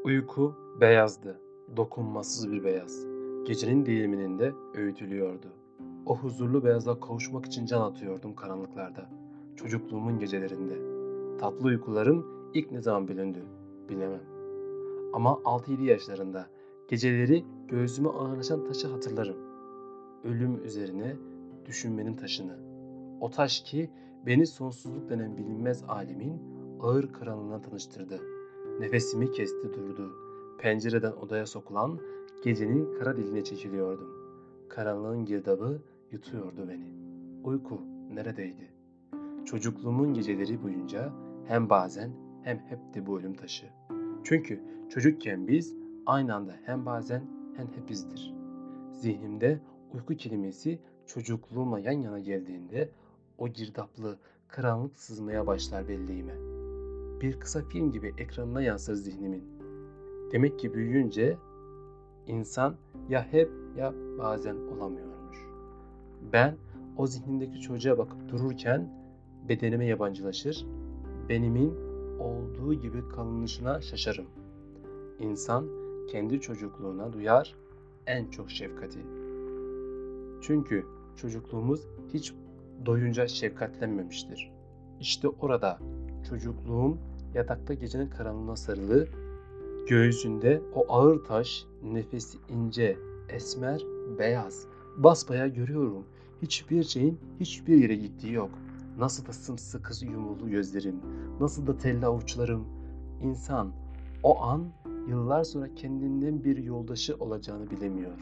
Uyku beyazdı, dokunmasız bir beyaz. Gecenin değirmeninde öğütülüyordu. O huzurlu beyaza kavuşmak için can atıyordum karanlıklarda. Çocukluğumun gecelerinde. Tatlı uykularım ilk ne zaman bölündü bilemem. Ama 6-7 yaşlarında geceleri göğsüme ağırlaşan taşı hatırlarım. Ölüm üzerine düşünmenin taşını. O taş ki beni sonsuzluk denen bilinmez alemin ağır karanlığına tanıştırdı. Nefesimi kesti durdu. Pencereden odaya sokulan gecenin kara diline çekiliyordum. Karanlığın girdabı yutuyordu beni. Uyku neredeydi? Çocukluğumun geceleri boyunca hem bazen hem hepti bu ölüm taşı. Çünkü çocukken biz aynı anda hem bazen hem hepizdir. Zihnimde uyku kelimesi çocukluğumla yan yana geldiğinde o girdaplı karanlık sızmaya başlar belleğime. Bir kısa film gibi ekranına yansır zihnimin. Demek ki büyüyünce insan ya hep ya bazen olamıyormuş. Ben o zihnimdeki çocuğa bakıp dururken bedenime yabancılaşır, benimin olduğu gibi kalınışına şaşarım. İnsan kendi çocukluğuna duyar en çok şefkati. Çünkü çocukluğumuz hiç doyunca şefkatlenmemiştir. İşte orada çocukluğum yatakta gecenin karanlığına sarılı, göğsünde o ağır taş, nefesi ince, esmer, beyaz, basbayağı görüyorum. Hiçbir şeyin hiçbir yere gittiği yok. Nasıl da sımsıkı yumulu gözlerim, nasıl da telli avuçlarım. İnsan o an yıllar sonra kendinden bir yoldaşı olacağını bilemiyor.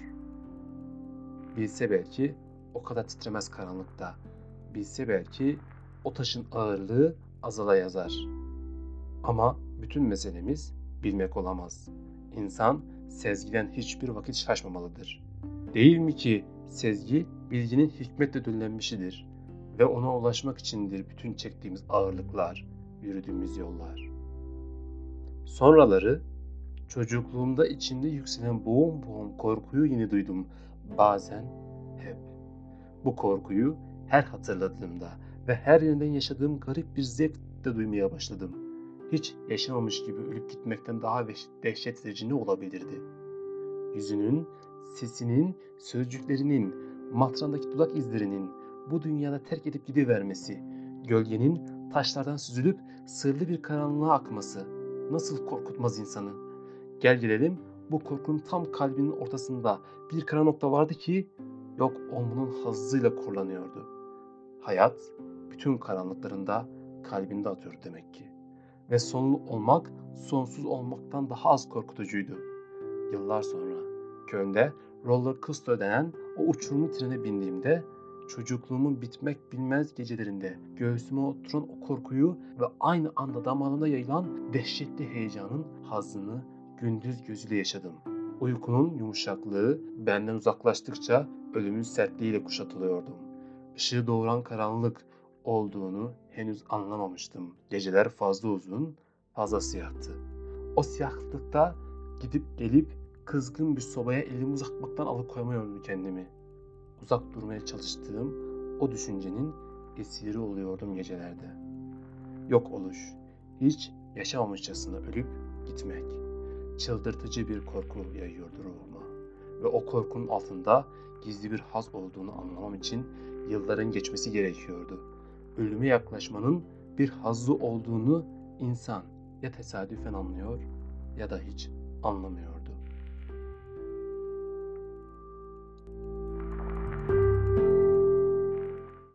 Bilse belki o kadar titremez karanlıkta. Bilse belki o taşın ağırlığı azala yazar. Ama bütün meselemiz bilmek olamaz. İnsan sezgiden hiçbir vakit şaşmamalıdır. Değil mi ki sezgi bilginin hikmetle döllenmişidir ve ona ulaşmak içindir bütün çektiğimiz ağırlıklar, yürüdüğümüz yollar. Sonraları çocukluğumda içimde yükselen boğum boğum korkuyu yine duydum. Bazen hep. Bu korkuyu her hatırladığımda ve her yönden yaşadığım garip bir zevkle duymaya başladım. Hiç yaşamamış gibi ölüp gitmekten daha dehşet verici ne olabilirdi? Yüzünün, sesinin, sözcüklerinin, matrandaki dudak izlerinin bu dünyada terk edip gidivermesi, gölgenin taşlardan süzülüp sırlı bir karanlığa akması nasıl korkutmaz insanı? Gel gelelim bu korkunun tam kalbinin ortasında bir kara nokta vardı ki yok olmanın hazzıyla korlanıyordu. Hayat bütün karanlıklarında kalbinde atıyor demek ki. Ve sonlu olmak sonsuz olmaktan daha az korkutucuydu. Yıllar sonra Köln'de roller coaster denen o uçurumlu trene bindiğimde çocukluğumun bitmek bilmez gecelerinde göğsüme oturan o korkuyu ve aynı anda damarına yayılan dehşetli heyecanın hazzını gündüz gözüyle yaşadım. Uykunun yumuşaklığı benden uzaklaştıkça ölümün sertliğiyle kuşatılıyordum. Işığı doğuran karanlık olduğunu henüz anlamamıştım. Geceler fazla uzun, fazla siyahtı. O siyahlıkta gidip gelip kızgın bir sobaya elimi uzatmaktan alıkoyamıyordum kendimi. Uzak durmaya çalıştığım o düşüncenin esiri oluyordum gecelerde. Yok oluş, hiç yaşamamışçasına ölüp gitmek. Çıldırtıcı bir korku yayıyordu ruhuma. Ve o korkunun altında gizli bir haz olduğunu anlamam için yılların geçmesi gerekiyordu. Ölüme yaklaşmanın bir hazzı olduğunu insan ya tesadüfen anlıyor ya da hiç anlamıyor.